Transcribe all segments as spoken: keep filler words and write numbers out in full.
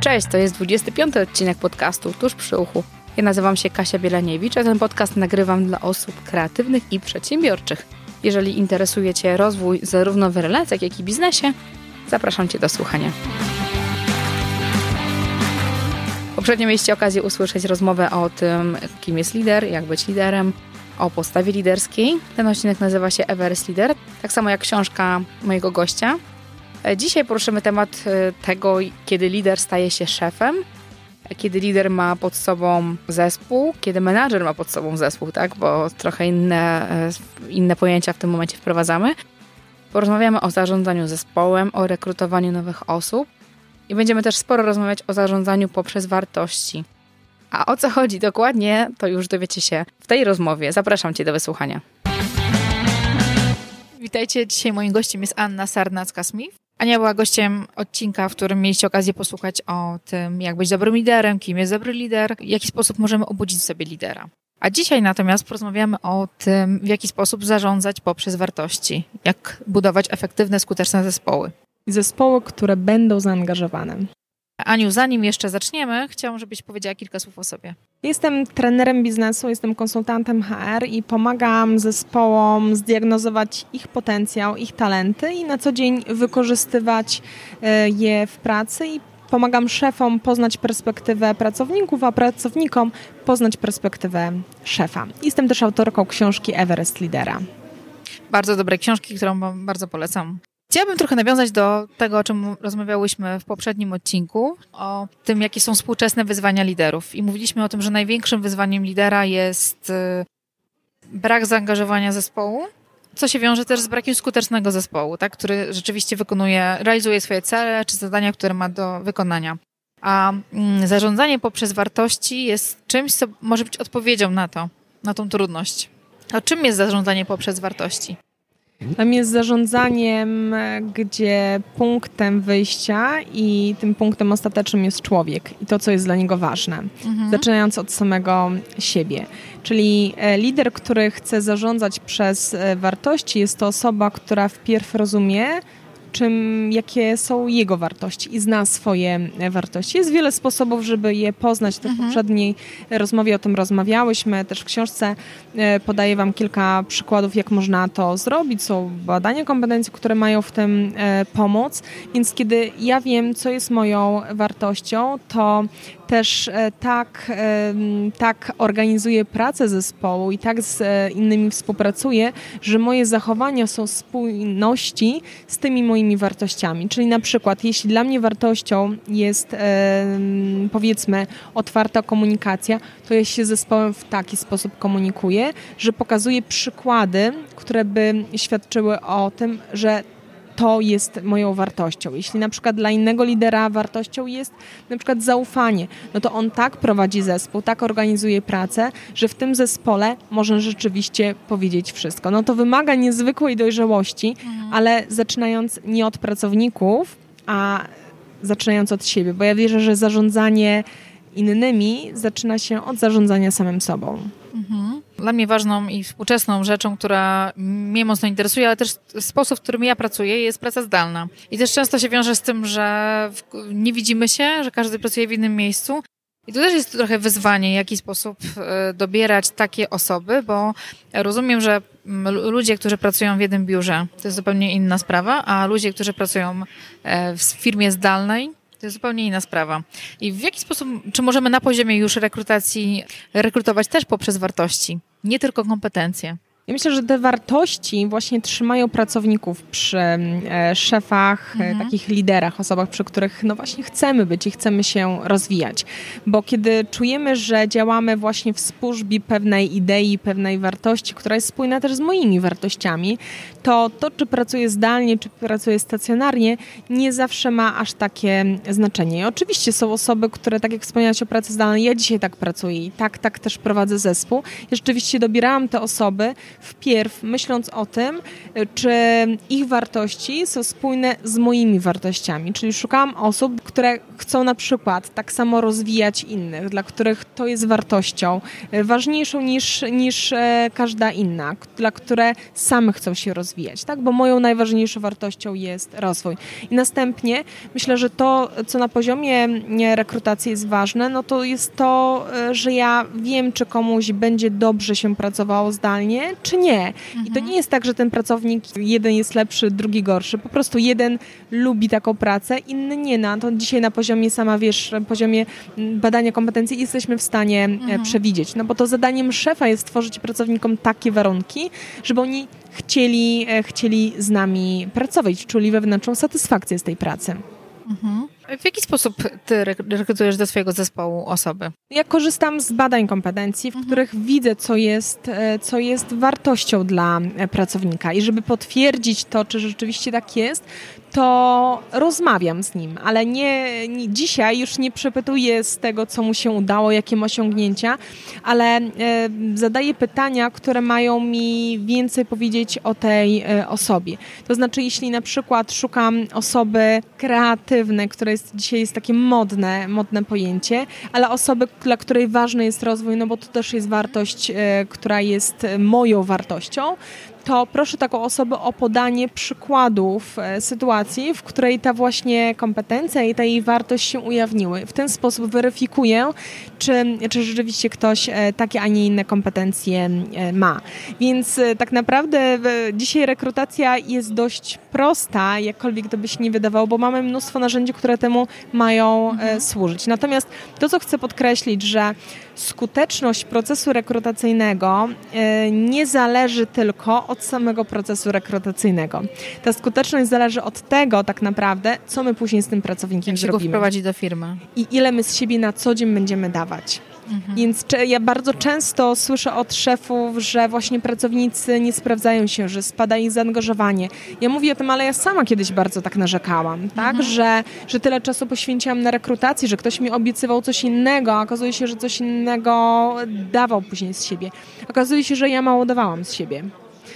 Cześć, to jest dwudziesty piąty odcinek podcastu Tuż przy uchu. Ja nazywam się Kasia Bielaniewicz, a ten podcast nagrywam dla osób kreatywnych i przedsiębiorczych. Jeżeli interesuje Cię rozwój zarówno w relacjach, jak i biznesie, zapraszam Cię do słuchania. Poprzednio mieliście okazję usłyszeć rozmowę o tym, kim jest lider, jak być liderem, o postawie liderskiej. Ten odcinek nazywa się Everest Leader, tak samo jak książka mojego gościa. Dzisiaj poruszymy temat tego, kiedy lider staje się szefem, kiedy lider ma pod sobą zespół, kiedy menadżer ma pod sobą zespół, tak? Bo trochę inne, inne pojęcia w tym momencie wprowadzamy. Porozmawiamy o zarządzaniu zespołem, o rekrutowaniu nowych osób i będziemy też sporo rozmawiać o zarządzaniu poprzez wartości. A o co chodzi dokładnie, to już dowiecie się w tej rozmowie. Zapraszam Cię do wysłuchania. Witajcie, dzisiaj moim gościem jest Anna Sarnacka-Smith. Ania była gościem odcinka, w którym mieliście okazję posłuchać o tym, jak być dobrym liderem, kim jest dobry lider, w jaki sposób możemy obudzić sobie lidera. A dzisiaj natomiast porozmawiamy o tym, w jaki sposób zarządzać poprzez wartości, jak budować efektywne, skuteczne zespoły. Zespoły, które będą zaangażowane. Aniu, zanim jeszcze zaczniemy, chciałam, żebyś powiedziała kilka słów o sobie. Jestem trenerem biznesu, jestem konsultantem H R i pomagam zespołom zdiagnozować ich potencjał, ich talenty i na co dzień wykorzystywać je w pracy i pomagam szefom poznać perspektywę pracowników, a pracownikom poznać perspektywę szefa. Jestem też autorką książki Everest Leadera. Bardzo dobre książki, którą bardzo polecam. Chciałabym trochę nawiązać do tego, o czym rozmawiałyśmy w poprzednim odcinku, o tym, jakie są współczesne wyzwania liderów. I mówiliśmy o tym, że największym wyzwaniem lidera jest brak zaangażowania zespołu, co się wiąże też z brakiem skutecznego zespołu, tak, który rzeczywiście wykonuje, realizuje swoje cele czy zadania, które ma do wykonania. A mm, zarządzanie poprzez wartości jest czymś, co może być odpowiedzią na to, na tą trudność. A czym jest zarządzanie poprzez wartości? Tam jest zarządzaniem, gdzie punktem wyjścia i tym punktem ostatecznym jest człowiek i to, co jest dla niego ważne, mhm. zaczynając od samego siebie. Czyli lider, który chce zarządzać przez wartości, jest to osoba, która wpierw rozumie, czym, jakie są jego wartości i zna swoje wartości. Jest wiele sposobów, żeby je poznać. To w mhm. poprzedniej rozmowie o tym rozmawiałyśmy. Też w książce podaję Wam kilka przykładów, jak można to zrobić. Są badania kompetencji, które mają w tym pomóc. Więc kiedy ja wiem, co jest moją wartością, to też tak, tak organizuję pracę zespołu i tak z innymi współpracuję, że moje zachowania są w spójności z tymi moimi wartościami. Czyli na przykład, jeśli dla mnie wartością jest powiedzmy otwarta komunikacja, to ja się z zespołem w taki sposób komunikuję, że pokazuję przykłady, które by świadczyły o tym, że to jest moją wartością. Jeśli na przykład dla innego lidera wartością jest na przykład zaufanie, no to on tak prowadzi zespół, tak organizuje pracę, że w tym zespole może rzeczywiście powiedzieć wszystko. No to wymaga niezwykłej dojrzałości, mhm. ale zaczynając nie od pracowników, a zaczynając od siebie, bo ja wierzę, że zarządzanie innymi zaczyna się od zarządzania samym sobą. Mhm. Dla mnie ważną i współczesną rzeczą, która mnie mocno interesuje, ale też sposób, w którym ja pracuję, jest praca zdalna. I też często się wiąże z tym, że nie widzimy się, że każdy pracuje w innym miejscu. I to też jest trochę wyzwanie, w jaki sposób dobierać takie osoby, bo rozumiem, że ludzie, którzy pracują w jednym biurze, to jest zupełnie inna sprawa, a ludzie, którzy pracują w firmie zdalnej, to jest zupełnie inna sprawa. I w jaki sposób, czy możemy na poziomie już rekrutacji rekrutować też poprzez wartości, nie tylko kompetencje? Ja myślę, że te wartości właśnie trzymają pracowników przy e, szefach, mhm. e, takich liderach, osobach, przy których no właśnie chcemy być i chcemy się rozwijać. Bo kiedy czujemy, że działamy właśnie w służbie pewnej idei, pewnej wartości, która jest spójna też z moimi wartościami, to to, czy pracuję zdalnie, czy pracuję stacjonarnie, nie zawsze ma aż takie znaczenie. I oczywiście są osoby, które, tak jak wspomniałaś o pracy zdalnej, ja dzisiaj tak pracuję i tak, tak też prowadzę zespół. I rzeczywiście dobierałam te osoby, wpierw myśląc o tym, czy ich wartości są spójne z moimi wartościami. Czyli szukałam osób, które chcą na przykład tak samo rozwijać innych, dla których to jest wartością ważniejszą niż, niż każda inna, dla które same chcą się rozwijać, tak? Bo moją najważniejszą wartością jest rozwój. I następnie myślę, że to, co na poziomie rekrutacji jest ważne, no to jest to, że ja wiem, czy komuś będzie dobrze się pracowało zdalnie, czy nie. Mhm. I to nie jest tak, że ten pracownik jeden jest lepszy, drugi gorszy. Po prostu jeden lubi taką pracę, inny nie. No, to dzisiaj na poziomie, sama wiesz, poziomie badania kompetencji jesteśmy w stanie mhm. przewidzieć. No bo to zadaniem szefa jest stworzyć pracownikom takie warunki, żeby oni chcieli, chcieli z nami pracować, czuli wewnętrzną satysfakcję z tej pracy. Mhm. W jaki sposób ty rekrutujesz do swojego zespołu osoby? Ja korzystam z badań kompetencji, w mhm. których widzę, co jest, co jest wartością dla pracownika. I żeby potwierdzić to, czy rzeczywiście tak jest, to rozmawiam z nim, ale nie, nie dzisiaj już nie przepytuję z tego, co mu się udało, jakie ma osiągnięcia, ale e, zadaję pytania, które mają mi więcej powiedzieć o tej e, osobie. To znaczy, jeśli na przykład szukam osoby kreatywnej, która jest dzisiaj jest takie modne, modne pojęcie, ale osoby, dla której ważny jest rozwój, no bo to też jest wartość, e, która jest moją wartością, to proszę taką osobę o podanie przykładów e, sytuacji, w której ta właśnie kompetencja i ta jej wartość się ujawniły. W ten sposób weryfikuję, czy, czy rzeczywiście ktoś e, takie, a nie inne kompetencje e, ma. Więc e, tak naprawdę e, dzisiaj rekrutacja jest dość prosta, jakkolwiek to by się nie wydawało, bo mamy mnóstwo narzędzi, które temu mają mhm. e, służyć. Natomiast to, co chcę podkreślić, że skuteczność procesu rekrutacyjnego e, nie zależy tylko od samego procesu rekrutacyjnego. Ta skuteczność zależy od tego tak naprawdę, co my później z tym pracownikiem Jak się zrobimy. go wprowadzi do firmy. I ile my z siebie na co dzień będziemy dawać. Mhm. Więc ja bardzo często słyszę od szefów, że właśnie pracownicy nie sprawdzają się, że spada ich zaangażowanie. Ja mówię o tym, ale ja sama kiedyś bardzo tak narzekałam, tak? Mhm. Że, że tyle czasu poświęciłam na rekrutację, że ktoś mi obiecywał coś innego, a okazuje się, że coś innego dawał później z siebie. Okazuje się, że ja mało dawałam z siebie.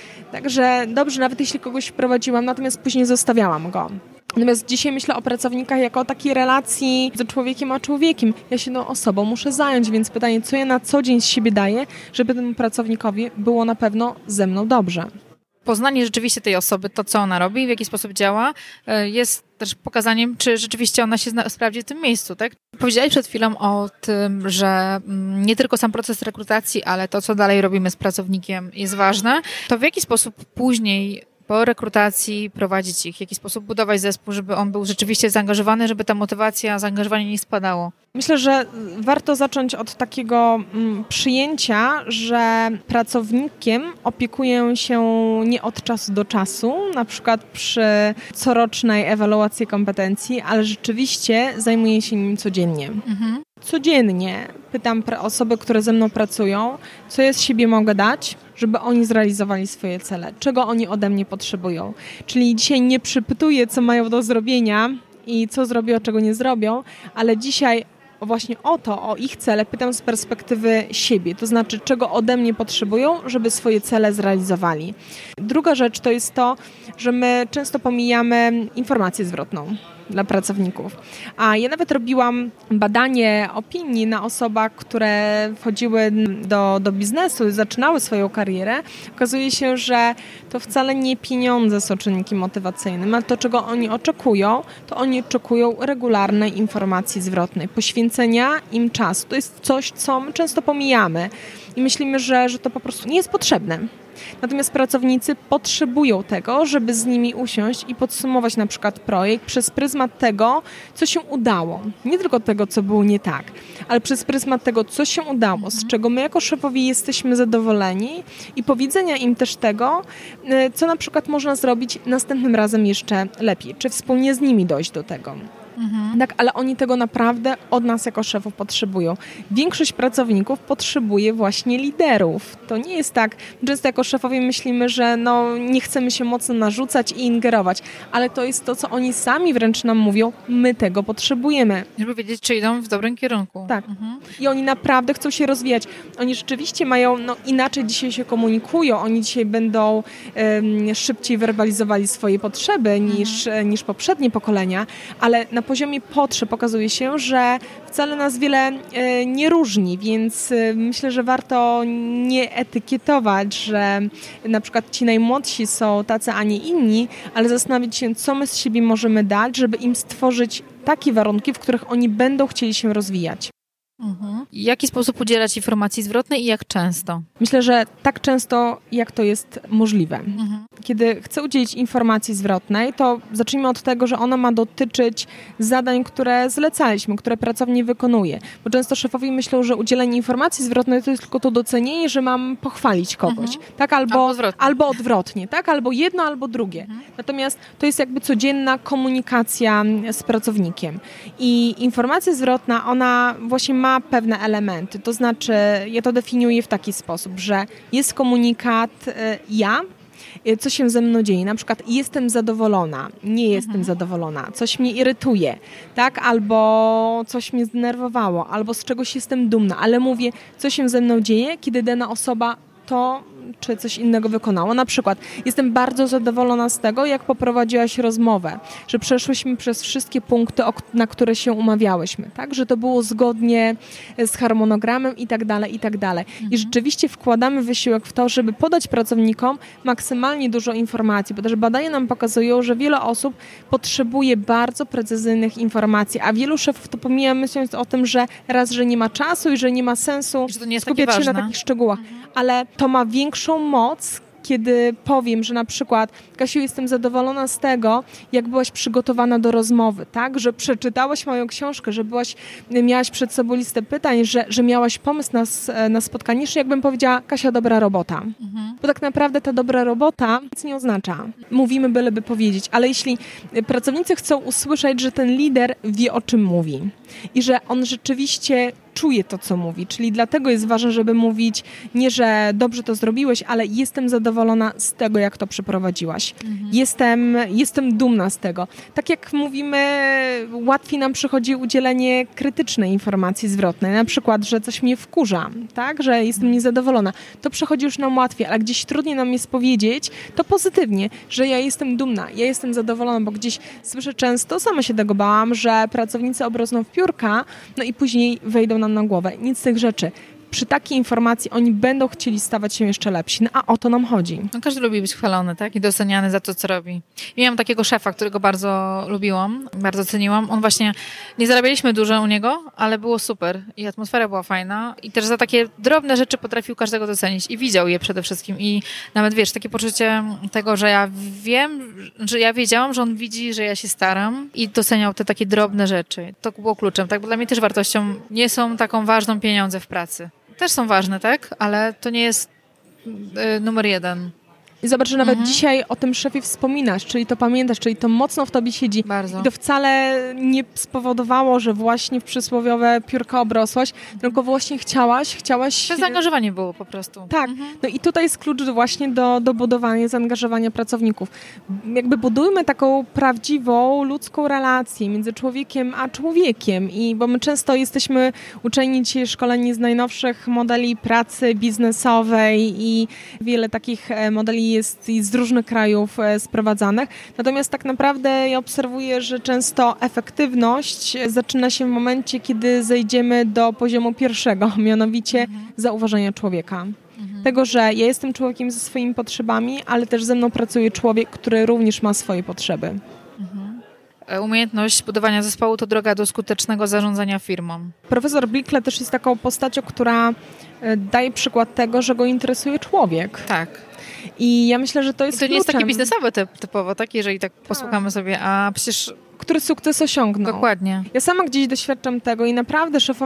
Także dobrze, nawet jeśli kogoś wprowadziłam, natomiast później zostawiałam go. Natomiast dzisiaj myślę o pracownikach jako o takiej relacji z człowiekiem a człowiekiem. Ja się tą osobą muszę zająć, więc pytanie, co ja na co dzień z siebie daję, żeby temu pracownikowi było na pewno ze mną dobrze. Poznanie rzeczywiście tej osoby, to co ona robi, w jaki sposób działa, jest też pokazaniem, czy rzeczywiście ona się zna, sprawdzi w tym miejscu, tak? Powiedziałeś przed chwilą o tym, że nie tylko sam proces rekrutacji, ale to, co dalej robimy z pracownikiem jest ważne. To w jaki sposób później po rekrutacji prowadzić ich? W jaki sposób budować zespół, żeby on był rzeczywiście zaangażowany, żeby ta motywacja, zaangażowanie nie spadało? Myślę, że warto zacząć od takiego mm, przyjęcia, że pracownikiem opiekuję się nie od czasu do czasu, na przykład przy corocznej ewaluacji kompetencji, ale rzeczywiście zajmuję się nim codziennie. Mhm. Codziennie pytam osoby, które ze mną pracują, co ja z siebie mogę dać, żeby oni zrealizowali swoje cele, czego oni ode mnie potrzebują. Czyli dzisiaj nie przypytuję, co mają do zrobienia i co zrobią, a czego nie zrobią, ale dzisiaj właśnie o to, o ich cele pytam z perspektywy siebie, to znaczy czego ode mnie potrzebują, żeby swoje cele zrealizowali. Druga rzecz to jest to, że my często pomijamy informację zwrotną dla pracowników. A ja nawet robiłam badanie opinii na osobach, które wchodziły do, do biznesu i zaczynały swoją karierę. Okazuje się, że to wcale nie pieniądze są czynnikiem motywacyjnym, ale to, czego oni oczekują, to oni oczekują regularnej informacji zwrotnej, poświęcenia im czasu. To jest coś, co my często pomijamy i myślimy, że, że to po prostu nie jest potrzebne. Natomiast pracownicy potrzebują tego, żeby z nimi usiąść i podsumować na przykład projekt przez pryzmat tego, co się udało. Nie tylko tego, co było nie tak, ale przez pryzmat tego, co się udało, z czego my jako szefowie jesteśmy zadowoleni i powiedzenia im też tego, co na przykład można zrobić następnym razem jeszcze lepiej, czy wspólnie z nimi dojść do tego. Mhm. Tak, ale oni tego naprawdę od nas jako szefów potrzebują. Większość pracowników potrzebuje właśnie liderów. To nie jest tak, często jako szefowie myślimy, że no, nie chcemy się mocno narzucać i ingerować, ale to jest to, co oni sami wręcz nam mówią, my tego potrzebujemy. Żeby wiedzieć, czy idą w dobrym kierunku. Tak. Mhm. I oni naprawdę chcą się rozwijać. Oni rzeczywiście mają, no inaczej dzisiaj się komunikują, oni dzisiaj będą um, szybciej werbalizowali swoje potrzeby mhm. niż, niż poprzednie pokolenia, ale na poziomie potrzeb okazuje się, że wcale nas wiele e, nie różni, więc e, myślę, że warto nie etykietować, że na przykład ci najmłodsi są tacy, a nie inni, ale zastanowić się, co my z siebie możemy dać, żeby im stworzyć takie warunki, w których oni będą chcieli się rozwijać. Mhm. W jaki sposób udzielać informacji zwrotnej i jak często? Myślę, że tak często, jak to jest możliwe. Mhm. Kiedy chcę udzielić informacji zwrotnej, to zacznijmy od tego, że ona ma dotyczyć zadań, które zlecaliśmy, które pracownik wykonuje. Bo często szefowie myślą, że udzielenie informacji zwrotnej to jest tylko to docenienie, że mam pochwalić kogoś. Mhm. Tak? Albo, albo, odwrotnie. albo odwrotnie. Tak? Albo jedno, albo drugie. Mhm. Natomiast to jest jakby codzienna komunikacja z pracownikiem. I informacja zwrotna, ona właśnie ma ma pewne elementy, to znaczy ja to definiuję w taki sposób, że jest komunikat y, ja, y, co się ze mną dzieje, na przykład jestem zadowolona, nie jestem mhm. zadowolona, coś mnie irytuje, tak, albo coś mnie zdenerwowało, albo z czegoś jestem dumna, ale mówię, co się ze mną dzieje, kiedy dana osoba to czy coś innego wykonało. Na przykład jestem bardzo zadowolona z tego, jak poprowadziłaś rozmowę, że przeszłyśmy przez wszystkie punkty, na które się umawiałyśmy, tak? Że to było zgodnie z harmonogramem i tak dalej, i tak dalej. Mhm. I rzeczywiście wkładamy wysiłek w to, żeby podać pracownikom maksymalnie dużo informacji, bo też badania nam pokazują, że wiele osób potrzebuje bardzo precyzyjnych informacji, a wielu szefów to pomija, myśląc o tym, że raz, że nie ma czasu i że nie ma sensu że to nie jest skupiać takie się ważne. na takich szczegółach, mhm. ale to ma większą moc, kiedy powiem, że na przykład Kasiu, jestem zadowolona z tego, jak byłaś przygotowana do rozmowy, tak? Że przeczytałaś moją książkę, że byłaś, miałaś przed sobą listę pytań, że, że miałaś pomysł na, na spotkanie, niż jakbym powiedziała, Kasia, dobra robota. Mhm. Bo tak naprawdę ta dobra robota nic nie oznacza. Mówimy byleby powiedzieć, ale jeśli pracownicy chcą usłyszeć, że ten lider wie, o czym mówi i że on rzeczywiście czuje to, co mówi, czyli dlatego jest ważne, żeby mówić nie, że dobrze to zrobiłeś, ale jestem zadowolona z tego, jak to przeprowadziłaś. Mhm. Jestem, jestem dumna z tego. Tak jak mówimy, łatwiej nam przychodzi udzielenie krytycznej informacji zwrotnej, na przykład, że coś mnie wkurza, tak, że jestem niezadowolona. To przychodzi już nam łatwiej, ale gdzieś trudniej nam jest powiedzieć to pozytywnie, że ja jestem dumna, ja jestem zadowolona, bo gdzieś słyszę często, sama się tego bałam, że pracownicy obrosną w piórka, no i później wejdą nam na głowę. Nic z tych rzeczy. Przy takiej informacji oni będą chcieli stawać się jeszcze lepsi. No, a o to nam chodzi. No, każdy lubi być chwalony, tak? I doceniany za to, co robi. I miałam takiego szefa, którego bardzo lubiłam, bardzo ceniłam. On właśnie, nie zarabialiśmy dużo u niego, ale było super. I atmosfera była fajna. I też za takie drobne rzeczy potrafił każdego docenić. I widział je przede wszystkim. I nawet, wiesz, takie poczucie tego, że ja wiem, że ja wiedziałam, że on widzi, że ja się staram i doceniał te takie drobne rzeczy. To było kluczem, tak? Bo dla mnie też wartością nie są taką ważną pieniądze w pracy. Też są ważne, tak? Ale to nie jest y, numer jeden. I zobacz, że nawet mhm. dzisiaj o tym szefie wspominasz, czyli to pamiętasz, czyli to mocno w tobie siedzi. Bardzo. I to wcale nie spowodowało, że właśnie w przysłowiowe piórka obrosłaś, tylko właśnie chciałaś, chciałaś... To zaangażowanie było po prostu. Tak. Mhm. No i tutaj jest klucz właśnie do, do budowania, zaangażowania pracowników. Jakby budujmy taką prawdziwą, ludzką relację między człowiekiem a człowiekiem. I bo my często jesteśmy uczeni dzisiaj szkoleni z najnowszych modeli pracy biznesowej i wiele takich modeli jest z różnych krajów sprowadzanych. Natomiast tak naprawdę ja obserwuję, że często efektywność zaczyna się w momencie, kiedy zejdziemy do poziomu pierwszego, mianowicie mhm. zauważenia człowieka. Mhm. Tego, że ja jestem człowiekiem ze swoimi potrzebami, ale też ze mną pracuje człowiek, który również ma swoje potrzeby. Mhm. Umiejętność budowania zespołu to droga do skutecznego zarządzania firmą. Profesor Blickle też jest taką postacią, która daje przykład tego, że go interesuje człowiek. Tak. I ja myślę, że to jest I to nie kluczem. jest takie biznesowe typowo, tak? Jeżeli tak, tak posłuchamy sobie, a przecież... Który sukces osiągnął. Dokładnie. Ja sama gdzieś doświadczam tego i naprawdę szefowie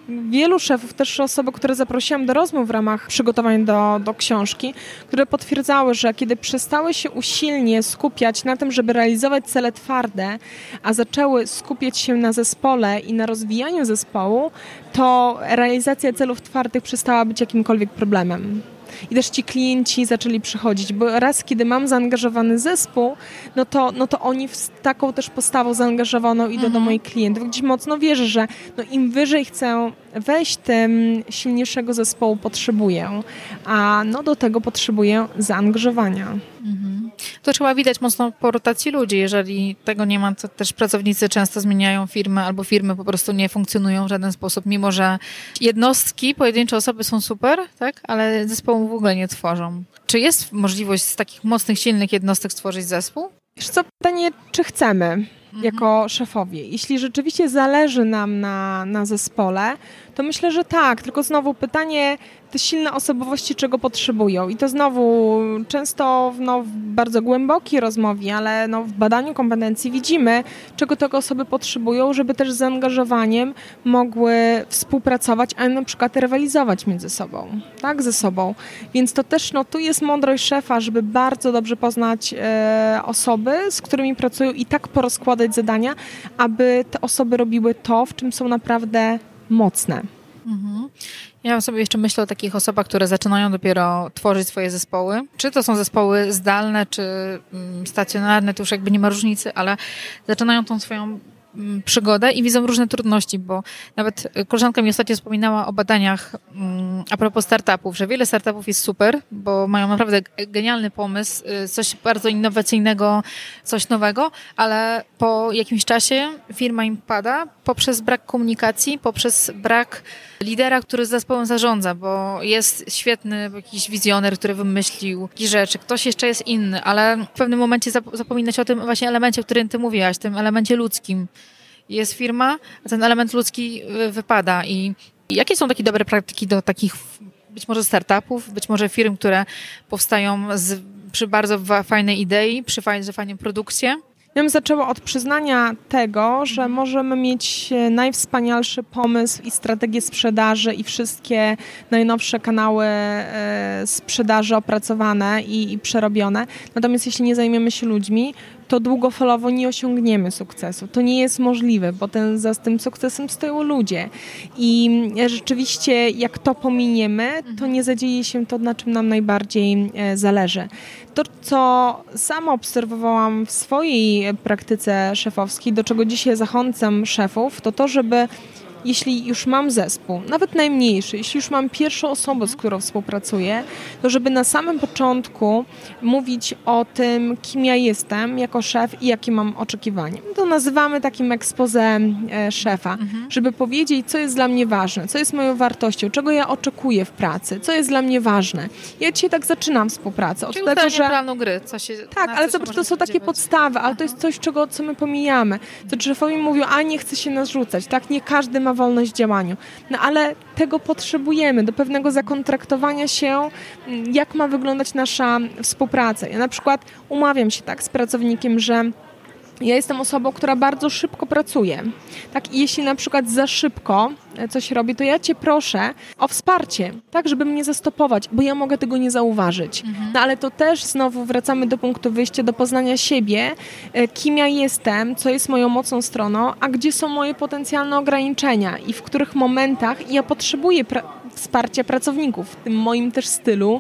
wielu szefów, też osoby, które zaprosiłam do rozmów w ramach przygotowań do, do książki, które potwierdzały, że kiedy przestały się usilnie skupiać na tym, żeby realizować cele twarde, a zaczęły skupiać się na zespole i na rozwijaniu zespołu, to realizacja celów twardych przestała być jakimkolwiek problemem. I też ci klienci zaczęli przychodzić, bo raz, kiedy mam zaangażowany zespół, no to, no to oni z taką też postawą zaangażowaną idą mhm. do moich klientów. Gdzieś mocno wierzę, że no im wyżej chcę wejść, tym silniejszego zespołu potrzebuję, a no do tego potrzebuję zaangażowania. Mhm. To chyba widać mocno po rotacji ludzi. Jeżeli tego nie ma, to też pracownicy często zmieniają firmę albo firmy po prostu nie funkcjonują w żaden sposób, mimo że jednostki, pojedyncze osoby są super, tak, ale zespołu w ogóle nie tworzą. Czy jest możliwość z takich mocnych, silnych jednostek stworzyć zespół? Wiesz co, pytanie, czy chcemy mhm. jako szefowie? Jeśli rzeczywiście zależy nam na, na zespole, to myślę, że tak. Tylko znowu pytanie, te silne osobowości czego potrzebują? I to znowu często no, w bardzo głębokiej rozmowie, ale no, w badaniu kompetencji widzimy, czego te osoby potrzebują, żeby też z zaangażowaniem mogły współpracować, a na przykład rywalizować między sobą, tak, ze sobą. Więc to też no, tu jest mądrość szefa, żeby bardzo dobrze poznać e, osoby, z którymi pracują i tak porozkładać zadania, aby te osoby robiły to, w czym są naprawdę mocne. Mhm. Ja sobie jeszcze myślę o takich osobach, które zaczynają dopiero tworzyć swoje zespoły. Czy to są zespoły zdalne, czy stacjonarne, to już jakby nie ma różnicy, ale zaczynają tą swoją przygodę i widzą różne trudności, bo nawet koleżanka mi ostatnio wspominała o badaniach a propos startupów, że wiele startupów jest super, bo mają naprawdę genialny pomysł, coś bardzo innowacyjnego, coś nowego, ale po jakimś czasie firma im pada poprzez brak komunikacji, poprzez brak lidera, który z zespołem zarządza, bo jest świetny jakiś wizjoner, który wymyślił jakieś rzeczy, ktoś jeszcze jest inny, ale w pewnym momencie zapomina się o tym właśnie elemencie, o którym ty mówiłaś, tym elemencie ludzkim. Jest firma, a ten element ludzki wypada. I jakie są takie dobre praktyki do takich być może startupów, być może firm, które powstają z, przy bardzo fajnej idei, przy fajnej, fajnej produkcji? Ja bym zaczęła od przyznania tego, że możemy mieć najwspanialszy pomysł i strategię sprzedaży i wszystkie najnowsze kanały sprzedaży opracowane i, i przerobione. Natomiast jeśli nie zajmiemy się ludźmi, to długofalowo nie osiągniemy sukcesu. To nie jest możliwe, bo ten, za tym sukcesem stoją ludzie. I rzeczywiście jak to pominiemy, to nie zadzieje się to, na czym nam najbardziej zależy. To, co sama obserwowałam w swojej praktyce szefowskiej, do czego dzisiaj zachęcam szefów, to to, żeby jeśli już mam zespół, nawet najmniejszy, jeśli już mam pierwszą osobę, z którą współpracuję, to żeby na samym początku mówić o tym, kim ja jestem jako szef i jakie mam oczekiwania. To nazywamy takim expose szefa, mhm. żeby powiedzieć, co jest dla mnie ważne, co jest moją wartością, czego ja oczekuję w pracy, co jest dla mnie ważne. Ja dzisiaj tak zaczynam współpracę. Od Czyli tego, że planu gry. Co się, tak, ale zobacz, to są takie podstawy, ale to jest coś, czego, co my pomijamy. To szefowie mówią, a nie chce się nas rzucać, tak? Nie każdy ma wolność w działaniu. No ale tego potrzebujemy, do pewnego zakontraktowania się, jak ma wyglądać nasza współpraca. Ja na przykład umawiam się tak z pracownikiem, że ja jestem osobą, która bardzo szybko pracuje. Tak, i jeśli na przykład za szybko coś robię, to ja cię proszę o wsparcie, tak, żeby mnie zastopować, bo ja mogę tego nie zauważyć. Mhm. No ale to też znowu wracamy do punktu wyjścia, do poznania siebie, kim ja jestem, co jest moją mocną stroną, a gdzie są moje potencjalne ograniczenia i w których momentach ja potrzebuję pra- wsparcia pracowników, w tym moim też stylu,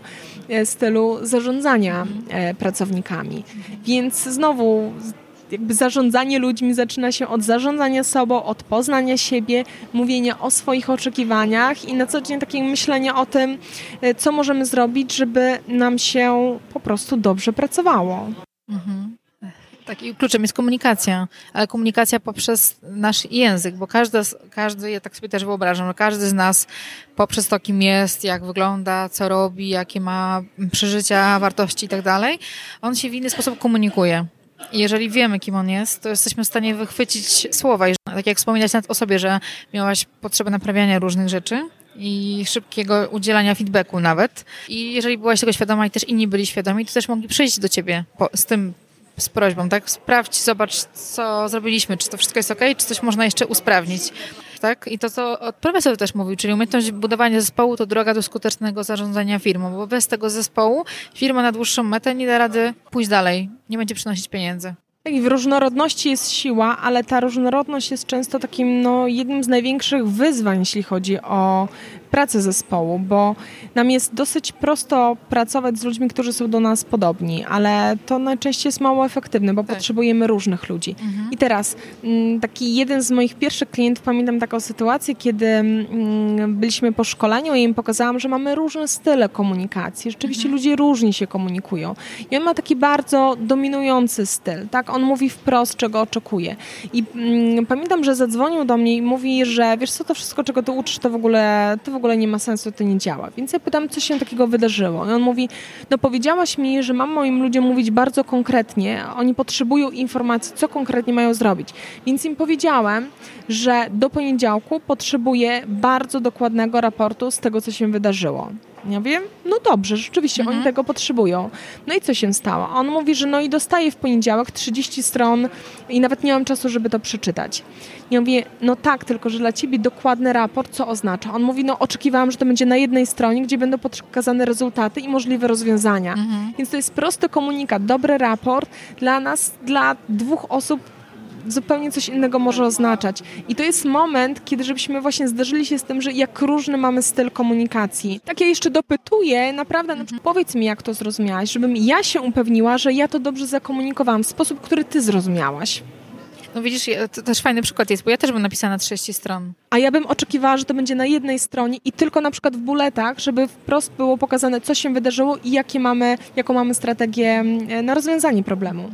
stylu zarządzania mhm. pracownikami. Mhm. Więc znowu jakby zarządzanie ludźmi zaczyna się od zarządzania sobą, od poznania siebie, mówienia o swoich oczekiwaniach i na co dzień takiego myślenia o tym, co możemy zrobić, żeby nam się po prostu dobrze pracowało. Mhm. Tak, i kluczem jest komunikacja, ale komunikacja poprzez nasz język, bo każdy, każdy, ja tak sobie też wyobrażam, że każdy z nas poprzez to, kim jest, jak wygląda, co robi, jakie ma przeżycia, wartości i tak dalej, on się w inny sposób komunikuje. I jeżeli wiemy, kim on jest, to jesteśmy w stanie wychwycić słowa. I tak jak wspominać nawet o sobie, że miałaś potrzebę naprawiania różnych rzeczy i szybkiego udzielania feedbacku nawet. I jeżeli byłaś tego świadoma i też inni byli świadomi, to też mogli przyjść do ciebie po, z tym, z prośbą, tak? Sprawdź, zobacz, co zrobiliśmy, czy to wszystko jest okej, czy coś można jeszcze usprawnić. tak? I to, co profesor też mówił, czyli umiejętność budowania zespołu to droga do skutecznego zarządzania firmą, bo bez tego zespołu firma na dłuższą metę nie da rady pójść dalej, nie będzie przynosić pieniędzy. I w różnorodności jest siła, ale ta różnorodność jest często takim no, jednym z największych wyzwań, jeśli chodzi o pracę zespołu, bo nam jest dosyć prosto pracować z ludźmi, którzy są do nas podobni, ale to najczęściej jest mało efektywne, bo tak. potrzebujemy różnych ludzi. Mhm. I teraz taki jeden z moich pierwszych klientów, pamiętam taką sytuację, kiedy byliśmy po szkoleniu i im pokazałam, że mamy różne style komunikacji. Rzeczywiście mhm. ludzie różnie się komunikują. I on ma taki bardzo dominujący styl, tak? On mówi wprost, czego oczekuje. I mm, pamiętam, że zadzwonił do mnie i mówi, że wiesz co, to wszystko, czego ty uczysz, to w ogóle, to w ogóle nie ma sensu, to nie działa. Więc ja pytam, co się takiego wydarzyło. I on mówi, no powiedziałaś mi, że mam moim ludziom mówić bardzo konkretnie, oni potrzebują informacji, co konkretnie mają zrobić. Więc im powiedziałem, że do poniedziałku potrzebuję bardzo dokładnego raportu z tego, co się wydarzyło. Ja wiem, no dobrze, rzeczywiście mhm. oni tego potrzebują. No i co się stało? On mówi, że no i dostaje w poniedziałek trzydzieści stron i nawet nie mam czasu, żeby to przeczytać. Ja mówię, no tak, tylko że dla ciebie dokładny raport, co oznacza? On mówi, no oczekiwałam, że to będzie na jednej stronie, gdzie będą pokazane rezultaty i możliwe rozwiązania. Mhm. Więc to jest prosty komunikat, dobry raport dla nas, dla dwóch osób zupełnie coś innego może oznaczać. I to jest moment, kiedy żebyśmy właśnie zderzyli się z tym, że jak różny mamy styl komunikacji. Tak ja jeszcze dopytuję, naprawdę, mm-hmm. no, powiedz mi, jak to zrozumiałaś, żebym ja się upewniła, że ja to dobrze zakomunikowałam w sposób, który ty zrozumiałaś. No widzisz, to też fajny przykład jest, bo ja też bym napisała na trzydzieści stron. A ja bym oczekiwała, że to będzie na jednej stronie i tylko na przykład w bulletach, żeby wprost było pokazane, co się wydarzyło i jakie mamy, jaką mamy strategię na rozwiązanie problemu.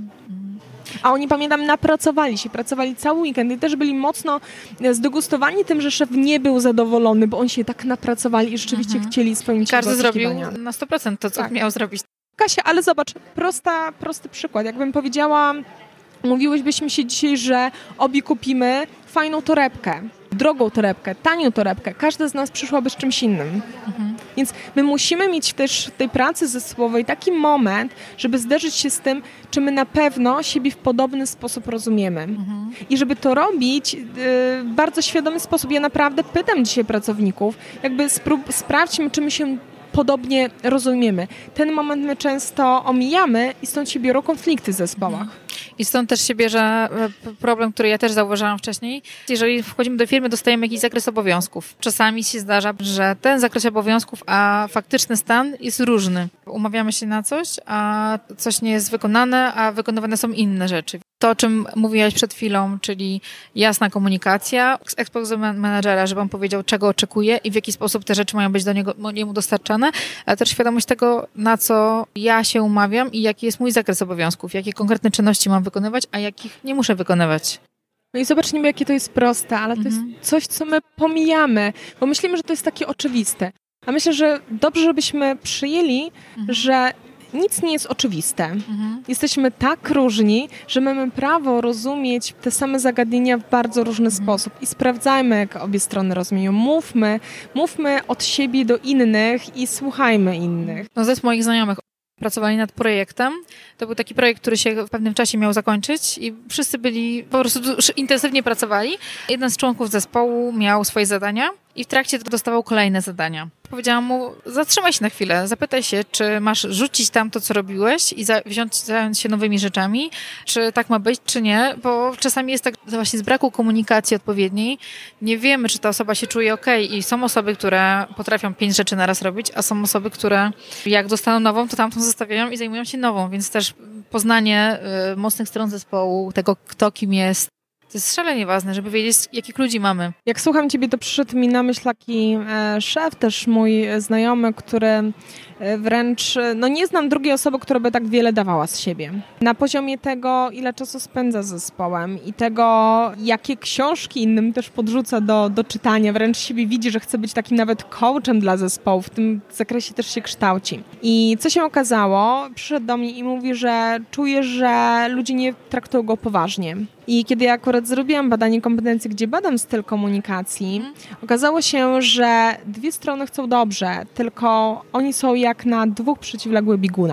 A oni, pamiętam, napracowali się, pracowali cały weekend i też byli mocno zdegustowani tym, że szef nie był zadowolony, bo oni się tak napracowali i rzeczywiście mhm. chcieli spełnić jego oczekiwania. Każdy zrobił na sto procent to, co tak. miał zrobić. Kasia, ale zobacz, prosta, prosty przykład. Jakbym powiedziała, mówiłybyśmy się dzisiaj, że obie kupimy fajną torebkę, drogą torebkę, tanią torebkę. Każda z nas przyszłaby z czymś innym. Mhm. Więc my musimy mieć też w tej pracy zespołowej taki moment, żeby zderzyć się z tym, czy my na pewno siebie w podobny sposób rozumiemy. Mhm. I żeby to robić w bardzo świadomy sposób. Ja naprawdę pytam dzisiaj pracowników, jakby sprób- sprawdźmy, czy my się podobnie rozumiemy. Ten moment my często omijamy i stąd się biorą konflikty w zespołach. I stąd też się bierze problem, który ja też zauważyłam wcześniej. Jeżeli wchodzimy do firmy, dostajemy jakiś zakres obowiązków. Czasami się zdarza, że ten zakres obowiązków, a faktyczny stan jest różny. Umawiamy się na coś, a coś nie jest wykonane, a wykonywane są inne rzeczy. To, o czym mówiłaś przed chwilą, czyli jasna komunikacja z exposure managera, żeby on powiedział, czego oczekuje i w jaki sposób te rzeczy mają być do niego, niemu dostarczane, ale też świadomość tego, na co ja się umawiam i jaki jest mój zakres obowiązków, jakie konkretne czynności mam wykonywać, a jakich nie muszę wykonywać. No i zobacz niby, jakie to jest proste, ale to mhm. jest coś, co my pomijamy, bo myślimy, że to jest takie oczywiste. A myślę, że dobrze, żebyśmy przyjęli, mhm. że nic nie jest oczywiste. Mhm. Jesteśmy tak różni, że mamy prawo rozumieć te same zagadnienia w bardzo różny mhm. sposób i sprawdzajmy, jak obie strony rozumieją. Mówmy, mówmy od siebie do innych i słuchajmy innych. No ze moich znajomych pracowali nad projektem. To był taki projekt, który się w pewnym czasie miał zakończyć i wszyscy byli, po prostu intensywnie pracowali. Jeden z członków zespołu miał swoje zadania i w trakcie dostawał kolejne zadania. Powiedziałam mu, zatrzymaj się na chwilę, zapytaj się, czy masz rzucić tam to, co robiłeś i za, wziąć, zająć się nowymi rzeczami, czy tak ma być, czy nie, bo czasami jest tak, że właśnie z braku komunikacji odpowiedniej nie wiemy, czy ta osoba się czuje okej i są osoby, które potrafią pięć rzeczy naraz robić, a są osoby, które jak dostaną nową, to tamtą zostawiają i zajmują się nową, więc też poznanie y, mocnych stron zespołu, tego kto kim jest, to jest szalenie ważne, żeby wiedzieć, jakich ludzi mamy. Jak słucham ciebie, to przyszedł mi na myśl taki e, szef, też mój znajomy, który e, wręcz, no nie znam drugiej osoby, która by tak wiele dawała z siebie. Na poziomie tego, ile czasu spędza z zespołem i tego, jakie książki innym też podrzuca do, do czytania. Wręcz siebie widzi, że chce być takim nawet coachem dla zespołu. W tym zakresie też się kształci. I co się okazało? Przyszedł do mnie i mówi, że czuje, że ludzie nie traktują go poważnie. I kiedy ja akurat zrobiłam badanie kompetencji, gdzie badam styl komunikacji, mm. okazało się, że dwie strony chcą dobrze, tylko oni są jak na dwóch przeciwległych biegunach.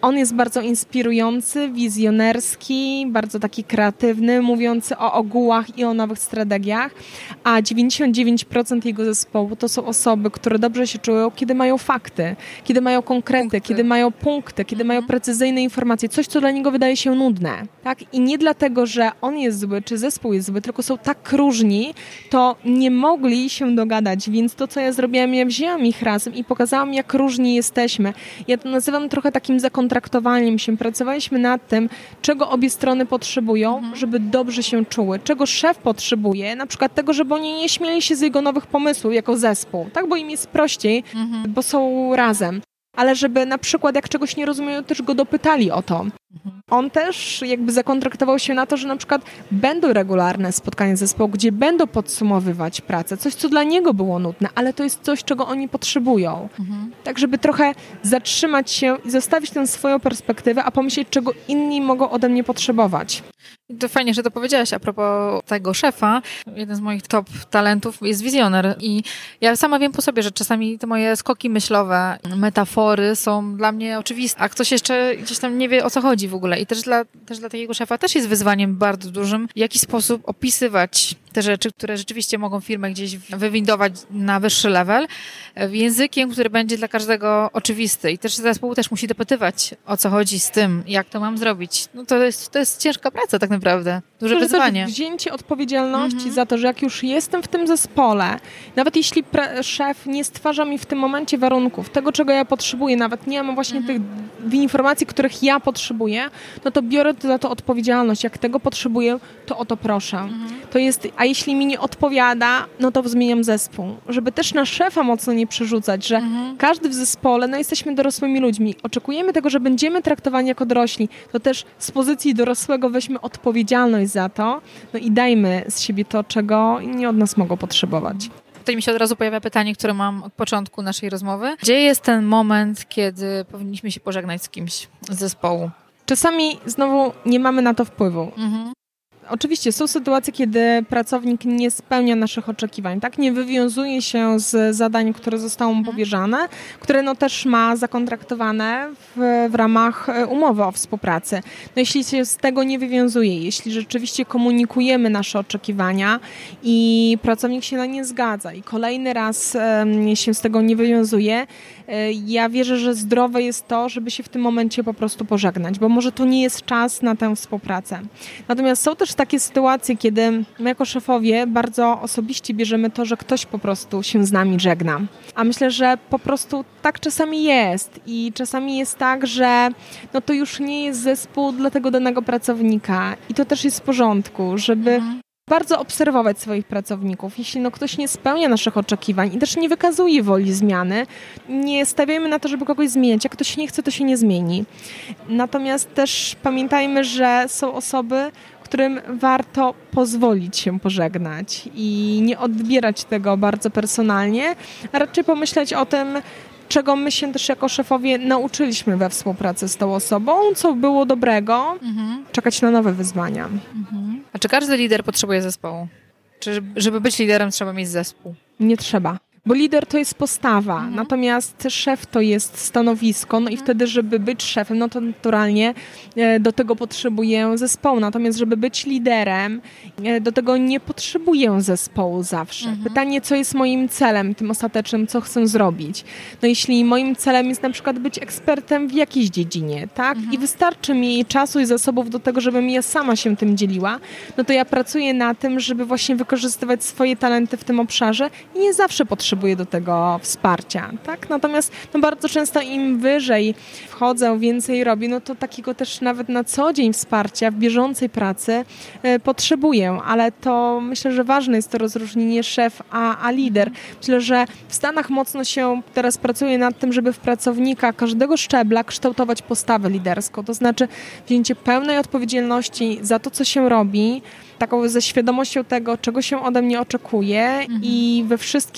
on jest bardzo inspirujący, wizjonerski, bardzo taki kreatywny, mówiący o ogółach i o nowych strategiach, a dziewięćdziesiąt dziewięć procent jego zespołu to są osoby, które dobrze się czują, kiedy mają fakty, kiedy mają konkrety, punkty. kiedy mają punkty, kiedy mhm. mają precyzyjne informacje, coś, co dla niego wydaje się nudne. Tak? I nie dlatego, że on jest zły, czy zespół jest zły, tylko są tak różni, to nie mogli się dogadać, więc to, co ja zrobiłam, ja wzięłam ich razem i pokazałam, jak różni jesteśmy. Ja to nazywam trochę takim zakontraktowaniem się. Pracowaliśmy nad tym, czego obie strony potrzebują, mhm. żeby dobrze się czuły. Czego szef potrzebuje, na przykład tego, żeby oni nie śmieli się z jego nowych pomysłów jako zespół, tak? Bo im jest prościej, mhm. bo są razem. Ale żeby na przykład, jak czegoś nie rozumieją, też go dopytali o to. Mhm. On też jakby zakontraktował się na to, że na przykład będą regularne spotkania zespołu, gdzie będą podsumowywać pracę. Coś, co dla niego było nudne, ale to jest coś, czego oni potrzebują. Mhm. Tak, żeby trochę zatrzymać się i zostawić tę swoją perspektywę, a pomyśleć, czego inni mogą ode mnie potrzebować. To fajnie, że to powiedziałaś a propos tego szefa. Jeden z moich top talentów jest wizjoner i ja sama wiem po sobie, że czasami te moje skoki myślowe, metafory są dla mnie oczywiste, a ktoś jeszcze gdzieś tam nie wie, o co chodzi w ogóle. I też dla, też dla takiego szefa też jest wyzwaniem bardzo dużym, w jaki sposób opisywać te rzeczy, które rzeczywiście mogą firmę gdzieś wywindować na wyższy level, językiem, który będzie dla każdego oczywisty. I też zespół też musi dopytywać, o co chodzi z tym, jak to mam zrobić. No to jest, to jest ciężka praca tak naprawdę. Duże wyzwanie. Wzięcie odpowiedzialności mhm. za to, że jak już jestem w tym zespole, nawet jeśli pre- szef nie stwarza mi w tym momencie warunków, tego, czego ja potrzebuję, nawet nie mam właśnie mhm. tych informacji, których ja potrzebuję, no to biorę za to odpowiedzialność. Jak tego potrzebuję, to o to proszę. Mhm. To jest, a jeśli mi nie odpowiada, no to zmieniam zespół. Żeby też na szefa mocno nie przerzucać, że mhm. każdy w zespole, no jesteśmy dorosłymi ludźmi. Oczekujemy tego, że będziemy traktowani jako dorośli. To też z pozycji dorosłego weźmy odpowiedzialność za to, no i dajmy z siebie to, czego inni od nas mogą potrzebować. Tutaj mi się od razu pojawia pytanie, które mam od początku naszej rozmowy. Gdzie jest ten moment, kiedy powinniśmy się pożegnać z kimś z zespołu? Czasami znowu nie mamy na to wpływu. Mhm. Oczywiście są sytuacje, kiedy pracownik nie spełnia naszych oczekiwań, tak? Nie wywiązuje się z zadań, które zostały mu powierzone, które no też ma zakontraktowane w, w ramach umowy o współpracy. No jeśli się z tego nie wywiązuje, jeśli rzeczywiście komunikujemy nasze oczekiwania i pracownik się na nie zgadza i kolejny raz um, się z tego nie wywiązuje, ja wierzę, że zdrowe jest to, żeby się w tym momencie po prostu pożegnać, bo może to nie jest czas na tę współpracę. Natomiast są też takie sytuacje, kiedy my jako szefowie bardzo osobiście bierzemy to, że ktoś po prostu się z nami żegna. A myślę, że po prostu tak czasami jest i czasami jest tak, że no to już nie jest zespół dla tego danego pracownika i to też jest w porządku, żeby mhm. bardzo obserwować swoich pracowników. Jeśli no ktoś nie spełnia naszych oczekiwań i też nie wykazuje woli zmiany, nie stawiajmy na to, żeby kogoś zmieniać. Jak ktoś nie chce, to się nie zmieni. Natomiast też pamiętajmy, że są osoby, którym warto pozwolić się pożegnać i nie odbierać tego bardzo personalnie, a raczej pomyśleć o tym, czego my się też jako szefowie nauczyliśmy we współpracy z tą osobą, co było dobrego, mhm. czekać na nowe wyzwania. Mhm. A czy każdy lider potrzebuje zespołu? Czy żeby być liderem, trzeba mieć zespół? Nie trzeba. Bo lider to jest postawa, mhm. natomiast szef to jest stanowisko, no i mhm. wtedy, żeby być szefem, no to naturalnie e, do tego potrzebuję zespołu. Natomiast, żeby być liderem, e, do tego nie potrzebuję zespołu zawsze. Mhm. Pytanie, co jest moim celem, tym ostatecznym, co chcę zrobić. No jeśli moim celem jest na przykład być ekspertem w jakiejś dziedzinie, tak? Mhm. I wystarczy mi czasu i zasobów do tego, żebym ja sama się tym dzieliła, no to ja pracuję na tym, żeby właśnie wykorzystywać swoje talenty w tym obszarze i nie zawsze potrzebuję do tego wsparcia, tak? Natomiast no bardzo często im wyżej wchodzę, więcej robię, no to takiego też nawet na co dzień wsparcia w bieżącej pracy y, potrzebuję, ale to myślę, że ważne jest to rozróżnienie szef a, a lider. Myślę, że w Stanach mocno się teraz pracuje nad tym, żeby w pracownika każdego szczebla kształtować postawę liderską, to znaczy wzięcie pełnej odpowiedzialności za to, co się robi, taką ze świadomością tego, czego się ode mnie oczekuje mhm. i we wszystkim,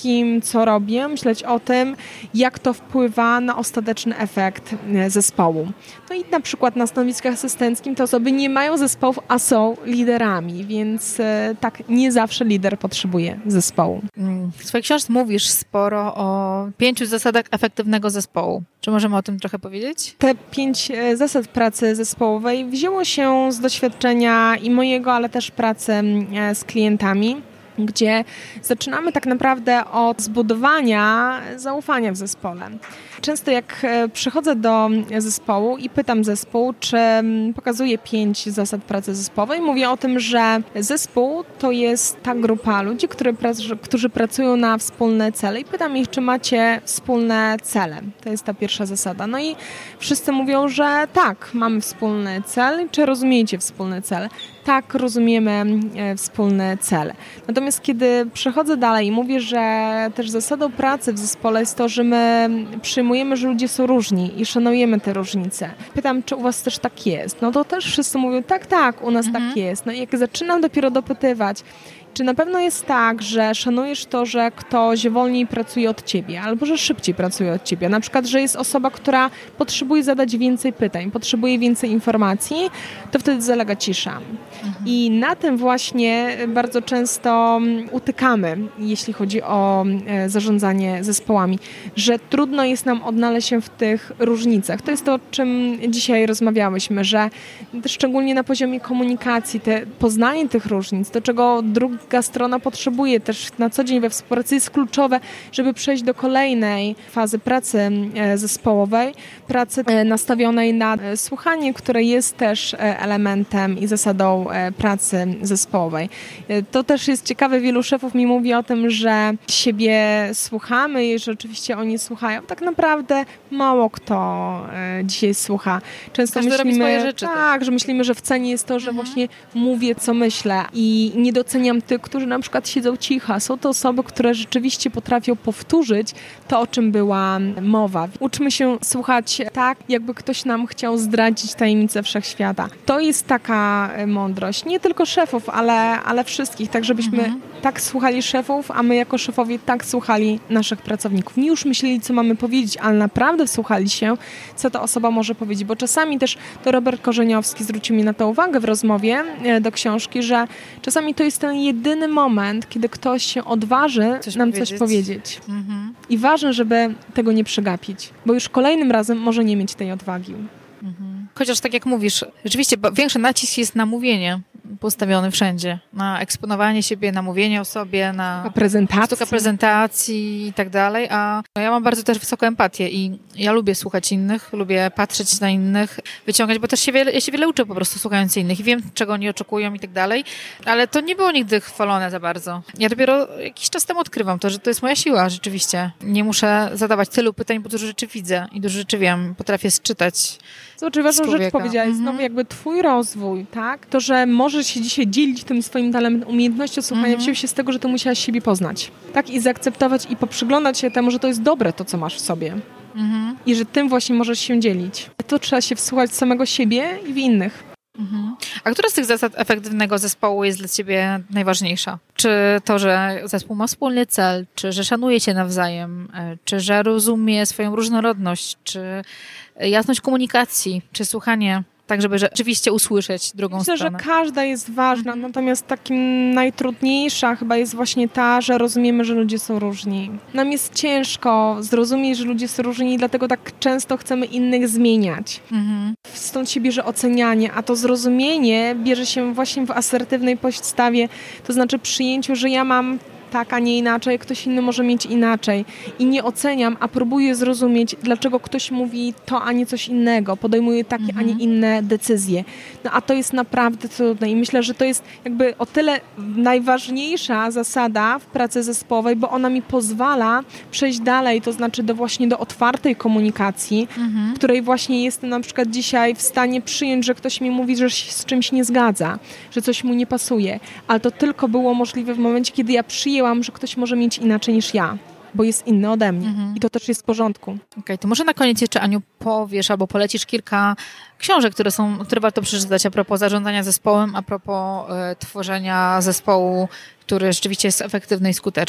co robię, myśleć o tym, jak to wpływa na ostateczny efekt zespołu. No i na przykład na stanowiskach asystenckim te osoby nie mają zespołów, a są liderami, więc tak, nie zawsze lider potrzebuje zespołu. W swojej książce mówisz sporo o pięciu zasadach efektywnego zespołu. Czy możemy o tym trochę powiedzieć? Te pięć zasad pracy zespołowej wzięło się z doświadczenia i mojego, ale też pracy z klientami, gdzie zaczynamy tak naprawdę od zbudowania zaufania w zespole. Często jak przychodzę do zespołu i pytam zespół, czy pokazuję pięć zasad pracy zespołowej, mówię o tym, że zespół to jest ta grupa ludzi, które, którzy pracują na wspólne cele i pytam ich, czy macie wspólne cele. To jest ta pierwsza zasada. No i wszyscy mówią, że tak, mamy wspólny cel. Czy rozumiecie wspólny cel? Tak, rozumiemy wspólny cel. Natomiast kiedy przechodzę dalej i mówię, że też zasadą pracy w zespole jest to, że my przyjmujemy, że ludzie są różni i szanujemy te różnice. Pytam, czy u was też tak jest? No to też wszyscy mówią, tak, tak, u nas mhm. tak jest. No i jak zaczynam dopiero dopytywać, czy na pewno jest tak, że szanujesz to, że ktoś wolniej pracuje od ciebie, albo że szybciej pracuje od ciebie? Na przykład, że jest osoba, która potrzebuje zadać więcej pytań, potrzebuje więcej informacji, to wtedy zalega cisza. Mhm. I na tym właśnie bardzo często utykamy, jeśli chodzi o zarządzanie zespołami, że trudno jest nam odnaleźć się w tych różnicach. To jest to, o czym dzisiaj rozmawiałyśmy, że szczególnie na poziomie komunikacji, te poznanie tych różnic, do czego druga strona potrzebuje też na co dzień we współpracy, jest kluczowe, żeby przejść do kolejnej fazy pracy zespołowej, pracy nastawionej na słuchanie, które jest też elementem i zasadą pracy zespołowej. To też jest ciekawe, wielu szefów mi mówi o tym, że siebie słuchamy i że oczywiście oni słuchają. Tak naprawdę mało kto dzisiaj słucha. Często Każdy myślimy, robi swoje rzeczy, tak, że myślimy, że w cenie jest to, że mhm. właśnie mówię, co myślę i nie doceniam tych, którzy na przykład siedzą cicho. Są to osoby, które rzeczywiście potrafią powtórzyć to, o czym była mowa. Uczmy się słuchać tak, jakby ktoś nam chciał zdradzić tajemnicę wszechświata. To jest taka mądrość. Nie tylko szefów, ale, ale wszystkich. Tak, żebyśmy mhm. tak słuchali szefów, a my jako szefowie tak słuchali naszych pracowników. Nie już myśleli, co mamy powiedzieć, ale naprawdę wsłuchali się, co ta osoba może powiedzieć. Bo czasami też to Robert Korzeniowski zwrócił mi na to uwagę w rozmowie do książki, że czasami to jest ten jedyny moment, kiedy ktoś się odważy coś nam powiedzieć. coś powiedzieć. Mhm. I ważne, żeby tego nie przegapić, bo już kolejnym razem może nie mieć tej odwagi. Mhm. Chociaż tak jak mówisz, rzeczywiście większy nacisk jest na mówienie postawiony wszędzie. Na eksponowanie siebie, na mówienie o sobie, na prezentacji, prezentacji i tak dalej. A ja mam bardzo też wysoką empatię i ja lubię słuchać innych, lubię patrzeć na innych, wyciągać, bo też się wiele, ja się wiele uczę po prostu słuchając innych i wiem, czego oni oczekują i tak dalej. Ale to nie było nigdy chwalone za bardzo. Ja dopiero jakiś czas temu odkrywam to, że to jest moja siła rzeczywiście. Nie muszę zadawać tylu pytań, bo dużo rzeczy widzę i dużo rzeczy wiem. Potrafię sczytać. Znaczy, ważną rzecz powiedziałaś, mm-hmm. znowu jakby twój rozwój, tak? To, że możesz się dzisiaj dzielić tym swoim talentem, umiejętnością słuchania, mm-hmm. wziął się z tego, że ty musiałaś siebie poznać, tak? I zaakceptować i poprzyglądać się temu, że to jest dobre to, co masz w sobie. Mm-hmm. I że tym właśnie możesz się dzielić. To trzeba się wsłuchać w samego siebie i w innych. Mhm. A która z tych zasad efektywnego zespołu jest dla ciebie najważniejsza? Czy to, że zespół ma wspólny cel, czy że szanuje się nawzajem, czy że rozumie swoją różnorodność, czy jasność komunikacji, czy słuchanie, tak żeby rzeczywiście usłyszeć drugą Myślę, stronę? Myślę, że każda jest ważna, natomiast takim najtrudniejsza chyba jest właśnie ta, że rozumiemy, że ludzie są różni. Nam jest ciężko zrozumieć, że ludzie są różni i dlatego tak często chcemy innych zmieniać. Mhm. Stąd się bierze ocenianie, a to zrozumienie bierze się właśnie w asertywnej podstawie, to znaczy przyjęciu, że ja mam tak, a nie inaczej, ktoś inny może mieć inaczej. I nie oceniam, a próbuję zrozumieć, dlaczego ktoś mówi to, a nie coś innego. Podejmuje takie, mhm. a nie inne decyzje. No a to jest naprawdę trudne i myślę, że to jest jakby o tyle najważniejsza zasada w pracy zespołowej, bo ona mi pozwala przejść dalej, to znaczy do właśnie do otwartej komunikacji, mhm. w której właśnie jestem na przykład dzisiaj w stanie przyjąć, że ktoś mi mówi, że się z czymś nie zgadza, że coś mu nie pasuje. Ale to tylko było możliwe w momencie, kiedy ja przyjęłam, że ktoś może mieć inaczej niż ja, bo jest inny ode mnie. Mhm. I to też jest w porządku. Okej, okay, to może na koniec jeszcze, Aniu, powiesz albo polecisz kilka książek, które są, które warto przeczytać a propos zarządzania zespołem, a propos y, tworzenia zespołu, który rzeczywiście jest efektywny i skuteczny.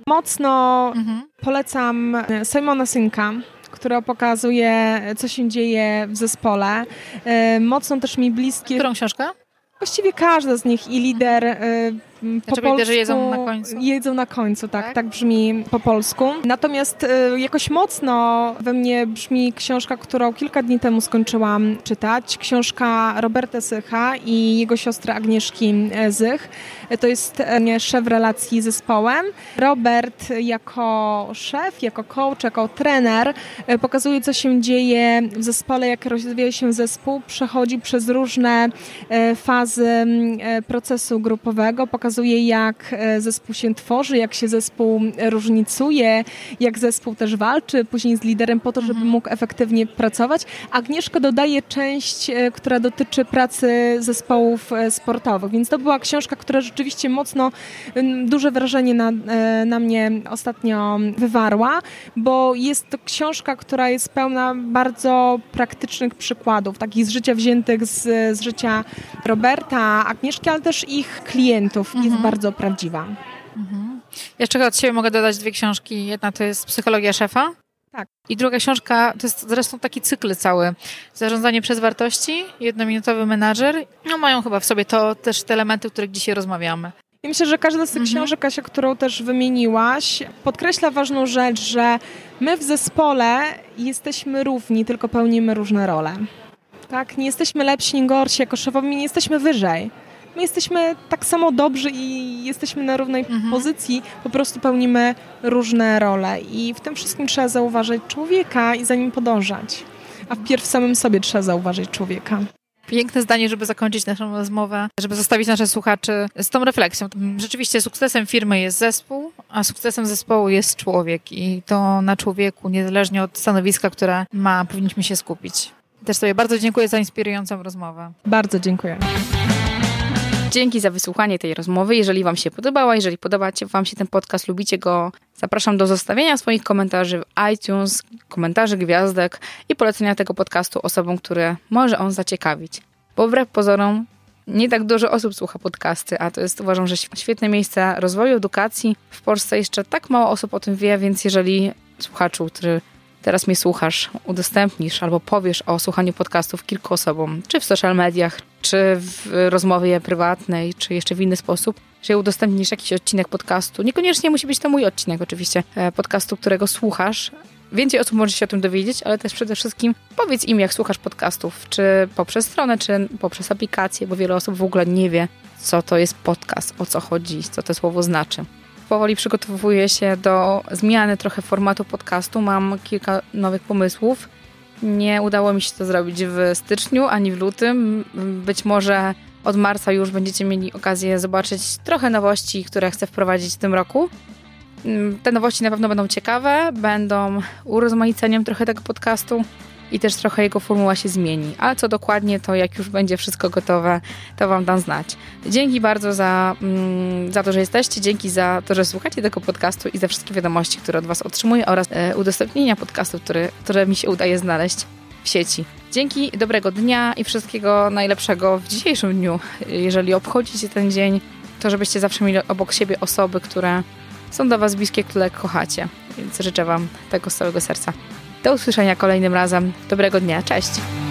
Mocno Mhm. polecam Simona Sinka, która pokazuje, co się dzieje w zespole. Mocno też mi bliskie... Którą książkę? Właściwie każda z nich i lider y, po Znaczy, polsku liderzy jedzą na końcu? Jedzą na końcu, tak, tak, Tak? brzmi po polsku. Natomiast y, jakoś mocno we mnie brzmi książka, którą kilka dni temu skończyłam czytać. Książka Roberta Sycha i jego siostry Agnieszki Zych. To jest y, szef relacji z zespołem. Robert jako szef, jako coach, jako trener y, pokazuje, co się dzieje w zespole, jak rozwija się zespół, przechodzi przez różne y, fazy y, procesu grupowego, pokazuje, jak zespół się tworzy, jak się zespół różnicuje, jak zespół też walczy później z liderem po to, żeby Mhm. mógł efektywnie pracować. Agnieszka dodaje część, która dotyczy pracy zespołów sportowych, więc to była książka, która rzeczywiście mocno duże wrażenie na, na mnie ostatnio wywarła, bo jest to książka, która jest pełna bardzo praktycznych przykładów, takich z życia wziętych z, z życia Roberta, Agnieszki, ale też ich klientów. Mhm. Jest bardzo prawdziwa. Mhm. Jeszcze od siebie mogę dodać dwie książki. Jedna to jest Psychologia szefa. Tak. I druga książka to jest zresztą taki cykl cały. Zarządzanie przez wartości, jednominutowy menadżer. No mają chyba w sobie to też te elementy, o których dzisiaj rozmawiamy. I myślę, że każda z tych Mhm. książek, Kasia, którą też wymieniłaś, podkreśla ważną rzecz, że my w zespole jesteśmy równi, tylko pełnimy różne role. Tak? Nie jesteśmy lepsi, nie gorsi jako szefowie, nie jesteśmy wyżej. My jesteśmy tak samo dobrzy i jesteśmy na równej Mhm. pozycji, po prostu pełnimy różne role. I w tym wszystkim trzeba zauważyć człowieka i za nim podążać. A wpierw w samym sobie trzeba zauważyć człowieka. Piękne zdanie, żeby zakończyć naszą rozmowę, żeby zostawić naszych słuchaczy z tą refleksją. Rzeczywiście sukcesem firmy jest zespół, a sukcesem zespołu jest człowiek i to na człowieku, niezależnie od stanowiska, które ma, powinniśmy się skupić. Też sobie bardzo dziękuję za inspirującą rozmowę. Bardzo dziękuję. Dzięki za wysłuchanie tej rozmowy. Jeżeli Wam się podobała, jeżeli podoba Wam się ten podcast, lubicie go, zapraszam do zostawienia swoich komentarzy w iTunes, komentarzy, gwiazdek i polecenia tego podcastu osobom, które może on zaciekawić. Bo wbrew pozorom nie tak dużo osób słucha podcasty, a to jest, uważam, że świetne miejsce rozwoju, edukacji. W Polsce jeszcze tak mało osób o tym wie, więc jeżeli słuchaczu, który teraz mnie słuchasz, udostępnisz albo powiesz o słuchaniu podcastów kilku osobom, czy w social mediach, czy w rozmowie prywatnej, czy jeszcze w inny sposób, że udostępnisz jakiś odcinek podcastu. Niekoniecznie musi być to mój odcinek oczywiście, podcastu, którego słuchasz. Więcej osób może się o tym dowiedzieć, ale też przede wszystkim powiedz im, jak słuchasz podcastów, czy poprzez stronę, czy poprzez aplikację, bo wiele osób w ogóle nie wie, co to jest podcast, o co chodzi, co to słowo znaczy. Powoli przygotowuję się do zmiany trochę formatu podcastu. Mam kilka nowych pomysłów. Nie udało mi się to zrobić w styczniu ani w lutym. Być może od marca już będziecie mieli okazję zobaczyć trochę nowości, które chcę wprowadzić w tym roku. Te nowości na pewno będą ciekawe, będą urozmaiceniem trochę tego podcastu i też trochę jego formuła się zmieni. Ale co dokładnie, to jak już będzie wszystko gotowe, to Wam dam znać. Dzięki bardzo za, mm, za to, że jesteście, dzięki za to, że słuchacie tego podcastu i za wszystkie wiadomości, które od Was otrzymuję oraz e, udostępnienia podcastów, które, które mi się udaje znaleźć w sieci. Dzięki, dobrego dnia i wszystkiego najlepszego w dzisiejszym dniu. Jeżeli obchodzicie ten dzień, to żebyście zawsze mieli obok siebie osoby, które są do Was bliskie, które kochacie. Więc życzę Wam tego z całego serca. Do usłyszenia kolejnym razem. Dobrego dnia. Cześć!